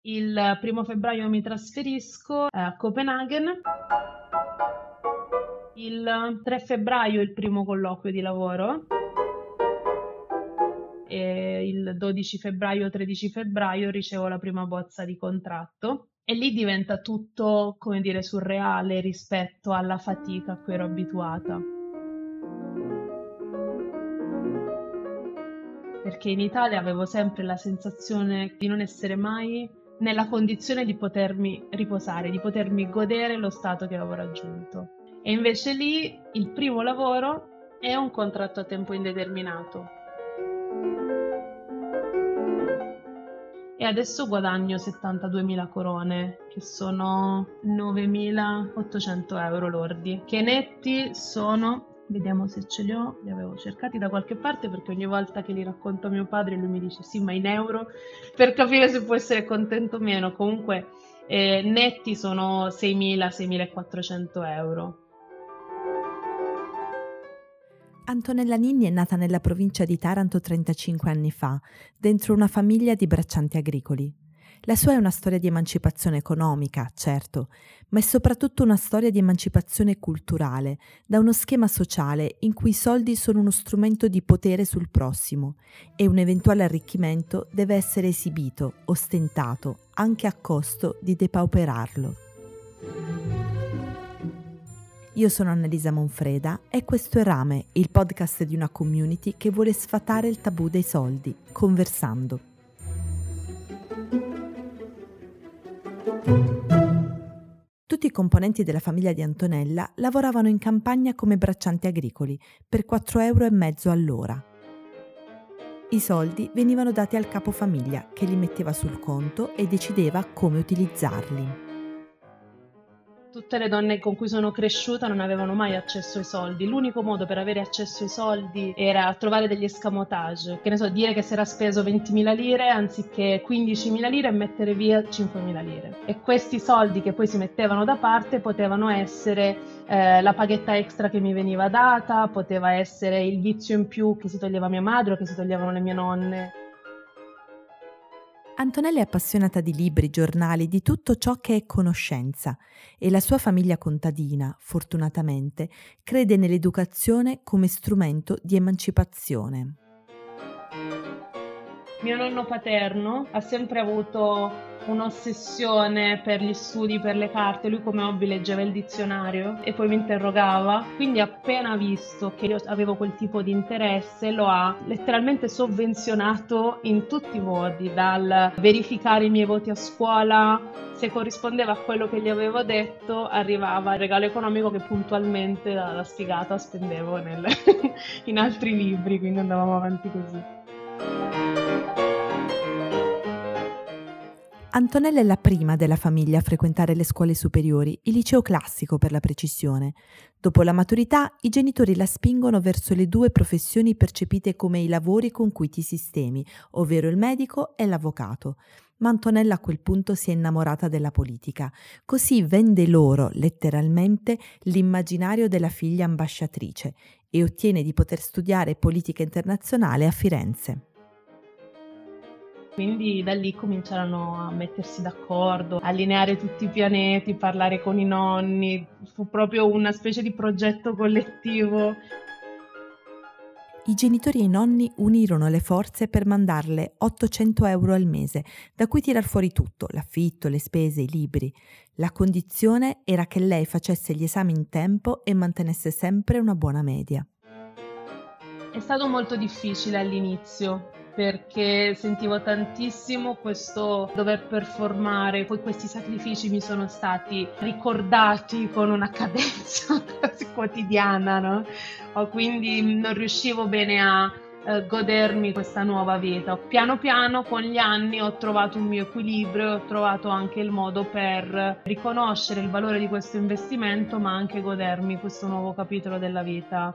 Il 1 febbraio mi trasferisco a Copenaghen. Il 3 febbraio il primo colloquio di lavoro. E il 12 febbraio, 13 febbraio ricevo la prima bozza di contratto e lì diventa tutto, come dire, surreale rispetto alla fatica a cui ero abituata. Perché in Italia avevo sempre la sensazione di non essere mai nella condizione di potermi riposare, di potermi godere lo stato che avevo raggiunto. E invece lì il primo lavoro è un contratto a tempo indeterminato. E adesso guadagno 72.000 corone, che sono 9.800 euro lordi, che netti sono... Vediamo se ce li ho, li avevo cercati da qualche parte perché ogni volta che li racconto a mio padre lui mi dice sì, ma in euro, per capire se può essere contento o meno. Comunque netti sono 6.000-6.400 euro. Antonella Ninni è nata nella provincia di Taranto 35 anni fa, dentro una famiglia di braccianti agricoli. La sua è una storia di emancipazione economica, certo, ma è soprattutto una storia di emancipazione culturale, da uno schema sociale in cui i soldi sono uno strumento di potere sul prossimo e un eventuale arricchimento deve essere esibito, ostentato, anche a costo di depauperarlo. Io sono Annalisa Monfreda e questo è Rame, il podcast di una community che vuole sfatare il tabù dei soldi, conversando. Tutti i componenti della famiglia di Antonella lavoravano in campagna come braccianti agricoli per 4,5 € all'ora. I soldi venivano dati al capofamiglia che li metteva sul conto e decideva come utilizzarli. Tutte le donne con cui sono cresciuta non avevano mai accesso ai soldi. L'unico modo per avere accesso ai soldi era trovare degli escamotage. Che ne so, dire che si era speso 20.000 lire anziché 15.000 lire e mettere via 5.000 lire. E questi soldi che poi si mettevano da parte potevano essere la paghetta extra che mi veniva data, poteva essere il vizio in più che si toglieva mia madre o che si toglievano le mie nonne. Antonella è appassionata di libri, giornali, di tutto ciò che è conoscenza e la sua famiglia contadina, fortunatamente, crede nell'educazione come strumento di emancipazione. Mio nonno paterno ha sempre avuto un'ossessione per gli studi, per le carte. Lui come hobby leggeva il dizionario e poi mi interrogava. Quindi appena visto che io avevo quel tipo di interesse lo ha letteralmente sovvenzionato in tutti i modi, dal verificare i miei voti a scuola, se corrispondeva a quello che gli avevo detto, arrivava il regalo economico che puntualmente da sfigata spendevo in altri libri, quindi andavamo avanti così. Antonella è la prima della famiglia a frequentare le scuole superiori, il liceo classico per la precisione. Dopo la maturità, i genitori la spingono verso le due professioni percepite come i lavori con cui ti sistemi, ovvero il medico e l'avvocato. Ma Antonella a quel punto si è innamorata della politica, così vende loro, letteralmente, l'immaginario della figlia ambasciatrice e ottiene di poter studiare politica internazionale a Firenze. Quindi da lì cominciarono a mettersi d'accordo, allineare tutti i pianeti, parlare con i nonni, fu proprio una specie di progetto collettivo. I genitori e i nonni unirono le forze per mandarle 800 € al mese, da cui tirar fuori tutto, l'affitto, le spese, i libri. La condizione era che lei facesse gli esami in tempo e mantenesse sempre una buona media. È stato molto difficile all'inizio, perché sentivo tantissimo questo dover performare, poi questi sacrifici mi sono stati ricordati con una cadenza quasi quotidiana, no? Quindi non riuscivo bene a godermi questa nuova vita. Piano piano con gli anni ho trovato un mio equilibrio e ho trovato anche il modo per riconoscere il valore di questo investimento, ma anche godermi questo nuovo capitolo della vita.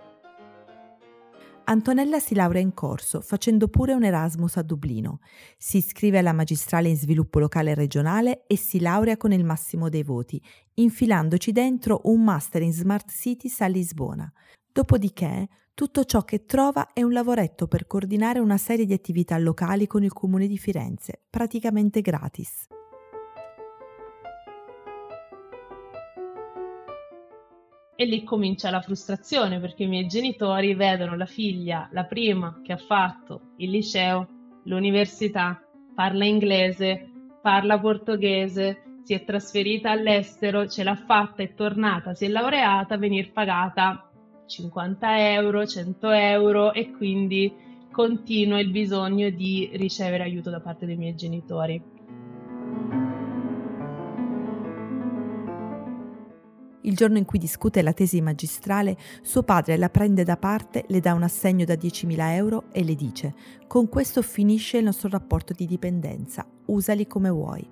Antonella si laurea in corso, facendo pure un Erasmus a Dublino. Si iscrive alla magistrale in sviluppo locale e regionale e si laurea con il massimo dei voti, infilandoci dentro un master in Smart Cities a Lisbona. Dopodiché Tutto ciò che trova è un lavoretto per coordinare una serie di attività locali con il comune di Firenze, praticamente gratis. E lì comincia la frustrazione perché i miei genitori vedono la figlia, la prima che ha fatto il liceo, l'università, parla inglese, parla portoghese, si è trasferita all'estero, ce l'ha fatta, è tornata, si è laureata, venir pagata 50 euro, 100 euro e quindi continua il bisogno di ricevere aiuto da parte dei miei genitori. Il giorno in cui discute la tesi magistrale, suo padre la prende da parte, le dà un assegno da 10.000 euro e le dice: «Con questo finisce il nostro rapporto di dipendenza, usali come vuoi».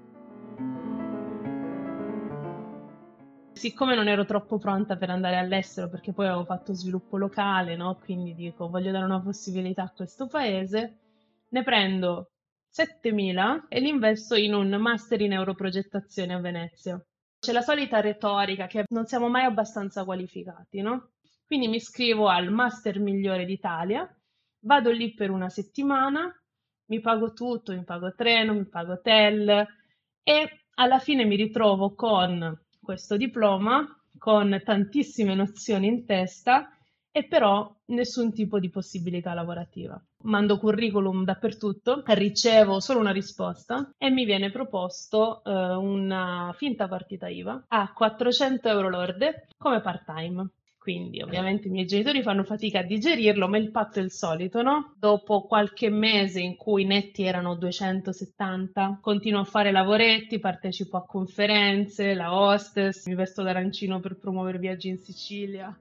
Siccome non ero troppo pronta per andare all'estero, perché poi avevo fatto sviluppo locale, no? Quindi dico, voglio dare una possibilità a questo paese, ne prendo 7.000 e li investo in un master in europrogettazione a Venezia. C'è la solita retorica che non siamo mai abbastanza qualificati, no? Quindi mi iscrivo al master migliore d'Italia, vado lì per una settimana, mi pago tutto, mi pago treno, mi pago hotel e alla fine mi ritrovo con questo diploma, con tantissime nozioni in testa e però nessun tipo di possibilità lavorativa. Mando curriculum dappertutto, ricevo solo una risposta e mi viene proposto una finta partita IVA a 400 euro lorde come part-time. Quindi ovviamente i miei genitori fanno fatica a digerirlo, ma il patto è il solito, no? Dopo qualche mese in cui i netti erano 270, continuo a fare lavoretti, partecipo a conferenze, la hostess, mi vesto d'arancino per promuovere viaggi in Sicilia.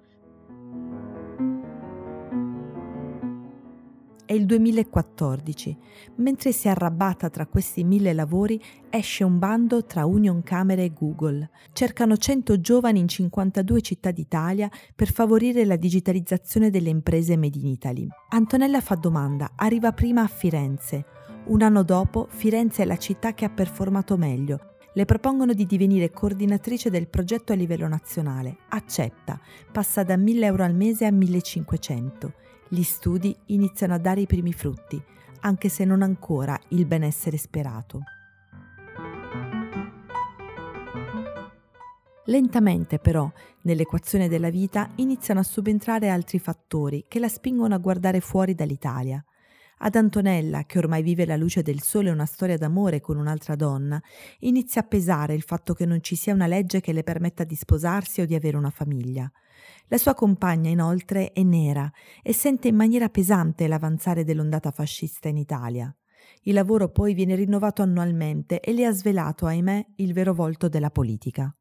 È il 2014. Mentre si è arrabatta tra questi 1.000 lavori, esce un bando tra Unioncamere e Google. Cercano 100 giovani in 52 città d'Italia per favorire la digitalizzazione delle imprese made in Italy. Antonella fa domanda, arriva prima a Firenze. Un anno dopo, Firenze è la città che ha performato meglio. Le propongono di divenire coordinatrice del progetto a livello nazionale. Accetta, passa da 1.000 euro al mese a 1.500. Gli studi iniziano a dare i primi frutti, anche se non ancora il benessere sperato. Lentamente però, nell'equazione della vita, iniziano a subentrare altri fattori che la spingono a guardare fuori dall'Italia. Ad Antonella, che ormai vive la luce del sole una storia d'amore con un'altra donna, inizia a pesare il fatto che non ci sia una legge che le permetta di sposarsi o di avere una famiglia. La sua compagna, inoltre, è nera e sente in maniera pesante l'avanzare dell'ondata fascista in Italia. Il lavoro poi viene rinnovato annualmente e le ha svelato, ahimè, il vero volto della politica.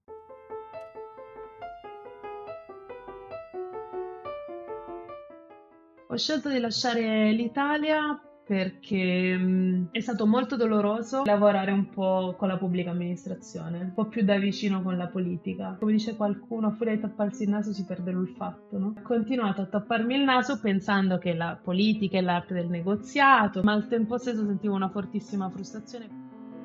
Ho scelto di lasciare l'Italia perché è stato molto doloroso lavorare un po' con la pubblica amministrazione, un po' più da vicino con la politica. Come dice qualcuno, a furia di tapparsi il naso si perde l'olfatto, no? Ho continuato a tapparmi il naso pensando che la politica è l'arte del negoziato, ma al tempo stesso sentivo una fortissima frustrazione.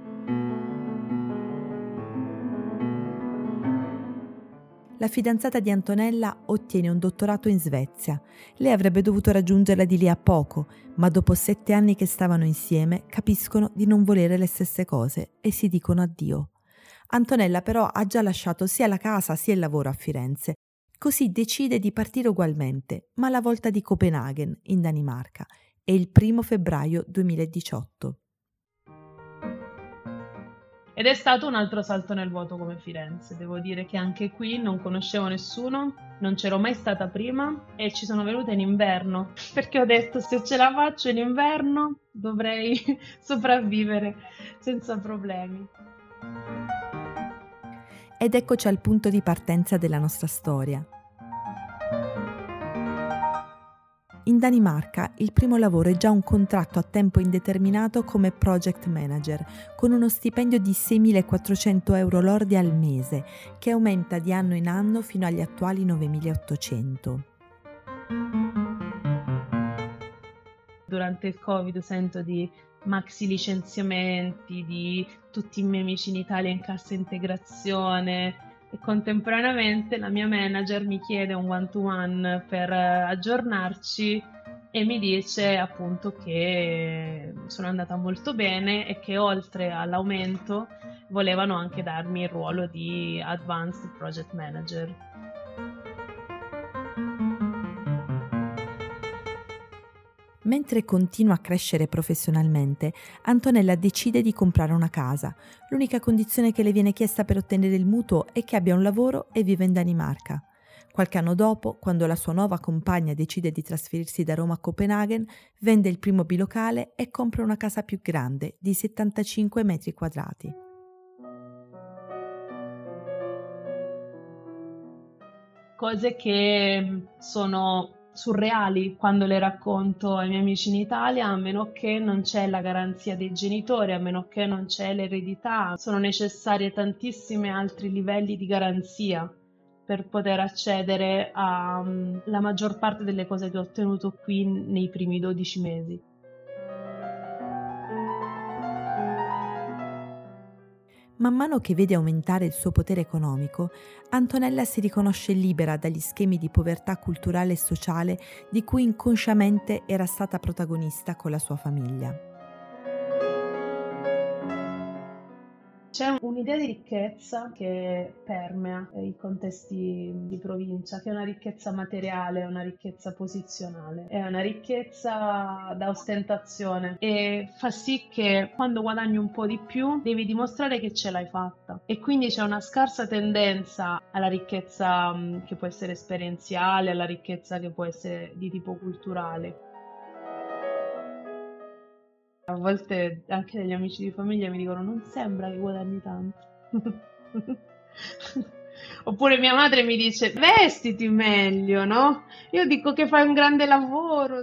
La fidanzata di Antonella ottiene un dottorato in Svezia. Lei avrebbe dovuto raggiungerla di lì a poco, ma dopo 7 anni che stavano insieme capiscono di non volere le stesse cose e si dicono addio. Antonella però ha già lasciato sia la casa sia il lavoro a Firenze, così decide di partire ugualmente, ma alla volta di Copenaghen, in Danimarca. È il 1 febbraio 2018. Ed è stato un altro salto nel vuoto come Firenze. Devo dire che anche qui non conoscevo nessuno, non c'ero mai stata prima e ci sono venuta in inverno, perché ho detto se ce la faccio in inverno dovrei sopravvivere senza problemi. Ed eccoci al punto di partenza della nostra storia. In Danimarca il primo lavoro è già un contratto a tempo indeterminato come project manager, con uno stipendio di 6.400 euro lordi al mese, che aumenta di anno in anno fino agli attuali 9.800. Durante il Covid sento di maxi licenziamenti, di tutti i miei amici in Italia in cassa integrazione, e contemporaneamente la mia manager mi chiede un one-to-one per aggiornarci e mi dice appunto che sono andata molto bene e che oltre all'aumento volevano anche darmi il ruolo di Advanced Project Manager. Mentre continua a crescere professionalmente, Antonella decide di comprare una casa. L'unica condizione che le viene chiesta per ottenere il mutuo è che abbia un lavoro e viva in Danimarca. Qualche anno dopo, quando la sua nuova compagna decide di trasferirsi da Roma a Copenaghen, vende il primo bilocale e compra una casa più grande, di 75 metri quadrati. Cose che sono surreali quando le racconto ai miei amici in Italia, a meno che non c'è la garanzia dei genitori, a meno che non c'è l'eredità. Sono necessarie tantissimi altri livelli di garanzia per poter accedere alla maggior parte delle cose che ho ottenuto qui nei primi 12 mesi. Man mano che vede aumentare il suo potere economico, Antonella si riconosce libera dagli schemi di povertà culturale e sociale di cui inconsciamente era stata protagonista con la sua famiglia. C'è un'idea di ricchezza che permea i contesti di provincia, che è una ricchezza materiale, una ricchezza posizionale, è una ricchezza da ostentazione e fa sì che quando guadagni un po' di più devi dimostrare che ce l'hai fatta e quindi c'è una scarsa tendenza alla ricchezza che può essere esperienziale, alla ricchezza che può essere di tipo culturale. A volte anche degli amici di famiglia mi dicono non sembra che guadagni tanto. Oppure mia madre mi dice vestiti meglio, no? Io dico che fai un grande lavoro.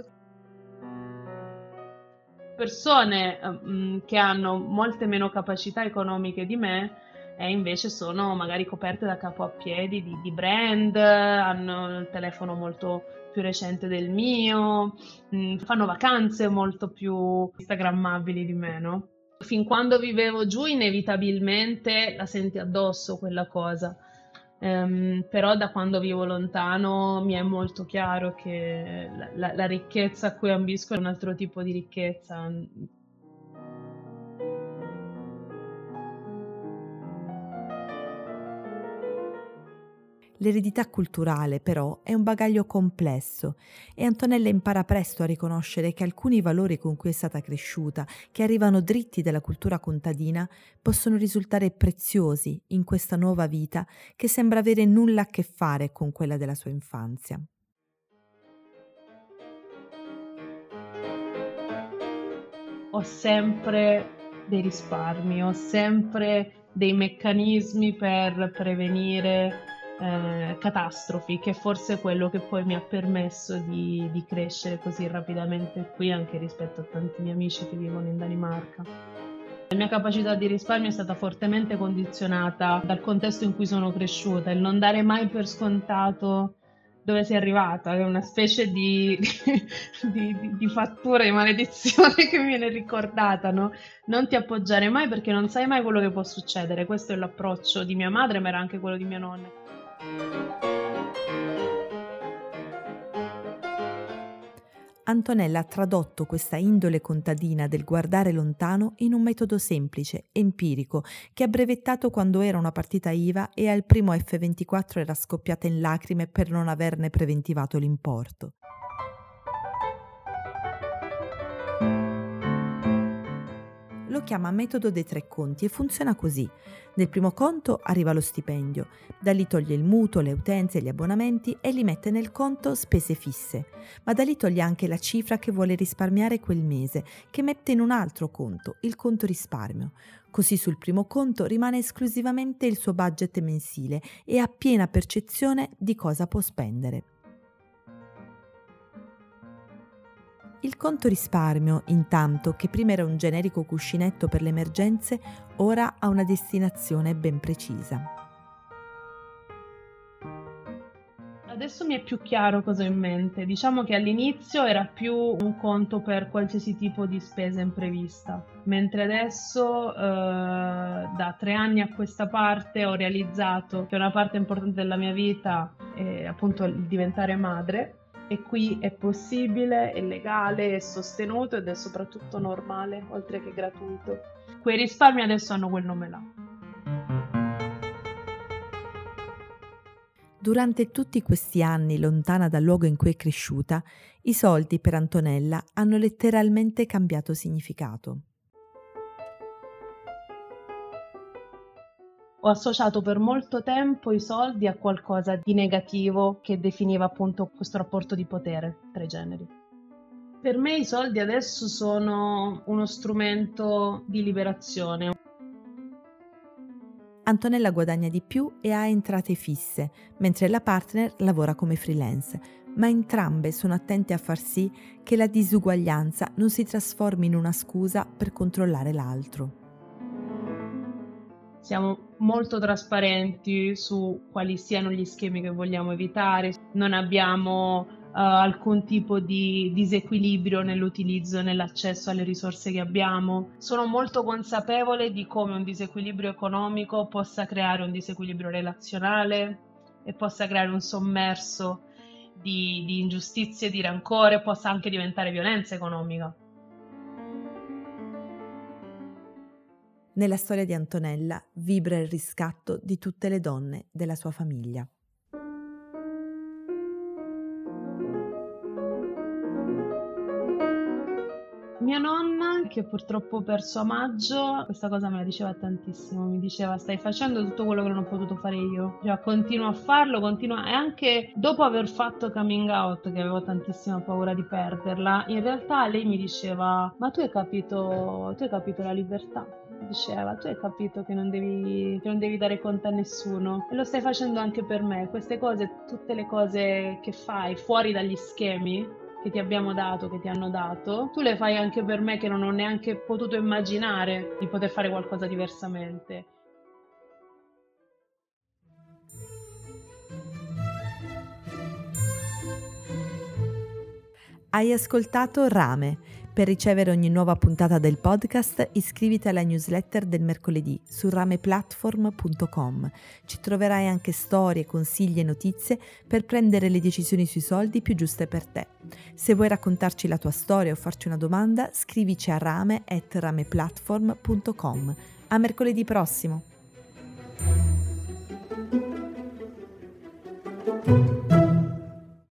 Persone che hanno molte meno capacità economiche di me e invece sono magari coperte da capo a piedi di brand, hanno il telefono molto più recente del mio, fanno vacanze molto più instagrammabili di me, no? Fin quando vivevo giù inevitabilmente la senti addosso quella cosa. Però da quando vivo lontano mi è molto chiaro che la ricchezza a cui ambisco è un altro tipo di ricchezza. L'eredità culturale, però, è un bagaglio complesso e Antonella impara presto a riconoscere che alcuni valori con cui è stata cresciuta, che arrivano dritti dalla cultura contadina, possono risultare preziosi in questa nuova vita che sembra avere nulla a che fare con quella della sua infanzia. Ho sempre dei risparmi, ho sempre dei meccanismi per prevenire catastrofi, che forse è quello che poi mi ha permesso di crescere così rapidamente qui, anche rispetto a tanti miei amici che vivono in Danimarca. La mia capacità di risparmio è stata fortemente condizionata dal contesto in cui sono cresciuta, il non dare mai per scontato dove sei arrivata, è una specie di fattura di maledizione che mi viene ricordata, no? Non ti appoggiare mai perché non sai mai quello che può succedere. Questo è l'approccio di mia madre, ma era anche quello di mia nonna. Antonella ha tradotto questa indole contadina del guardare lontano in un metodo semplice, empirico, che ha brevettato quando era una partita IVA e al primo F24 era scoppiata in lacrime per non averne preventivato l'importo. Lo chiama metodo dei 3 conti e funziona così. Nel primo conto arriva lo stipendio, da lì toglie il mutuo, le utenze, gli abbonamenti e li mette nel conto spese fisse, ma da lì toglie anche la cifra che vuole risparmiare quel mese, che mette in un altro conto, il conto risparmio. Così sul primo conto rimane esclusivamente il suo budget mensile e ha piena percezione di cosa può spendere. Il conto risparmio, intanto, che prima era un generico cuscinetto per le emergenze, ora ha una destinazione ben precisa. Adesso mi è più chiaro cosa ho in mente. Diciamo che all'inizio era più un conto per qualsiasi tipo di spesa imprevista, mentre adesso da 3 anni a questa parte ho realizzato che una parte importante della mia vita è appunto il diventare madre, e qui è possibile, è legale, è sostenuto ed è soprattutto normale, oltre che gratuito. Quei risparmi adesso hanno quel nome là. Durante tutti questi anni lontana dal luogo in cui è cresciuta, i soldi per Antonella hanno letteralmente cambiato significato. Ho associato per molto tempo i soldi a qualcosa di negativo che definiva appunto questo rapporto di potere tra i generi. Per me i soldi adesso sono uno strumento di liberazione. Antonella guadagna di più e ha entrate fisse, mentre la partner lavora come freelance, ma entrambe sono attente a far sì che la disuguaglianza non si trasformi in una scusa per controllare l'altro. Siamo molto trasparenti su quali siano gli schemi che vogliamo evitare, non abbiamo alcun tipo di disequilibrio nell'utilizzo e nell'accesso alle risorse che abbiamo. Sono molto consapevole di come un disequilibrio economico possa creare un disequilibrio relazionale e possa creare un sommerso di ingiustizie, di rancore, possa anche diventare violenza economica. Nella storia di Antonella vibra il riscatto di tutte le donne della sua famiglia. Mia nonna, che purtroppo ho perso a maggio, questa cosa me la diceva tantissimo, mi diceva: stai facendo tutto quello che non ho potuto fare io, cioè continua a farlo, continua. E anche dopo aver fatto coming out, che avevo tantissima paura di perderla, in realtà lei mi diceva: ma tu hai capito la libertà? Diceva, tu hai capito che non devi dare conto a nessuno, e lo stai facendo anche per me. Queste cose, tutte le cose che fai fuori dagli schemi che ti abbiamo dato, che ti hanno dato, tu le fai anche per me, che non ho neanche potuto immaginare di poter fare qualcosa diversamente. Hai ascoltato Rame. Per ricevere ogni nuova puntata del podcast iscriviti alla newsletter del mercoledì su rameplatform.com. Ci troverai anche storie, consigli e notizie per prendere le decisioni sui soldi più giuste per te. Se vuoi raccontarci la tua storia o farci una domanda, scrivici a rame@rameplatform.com. A mercoledì prossimo!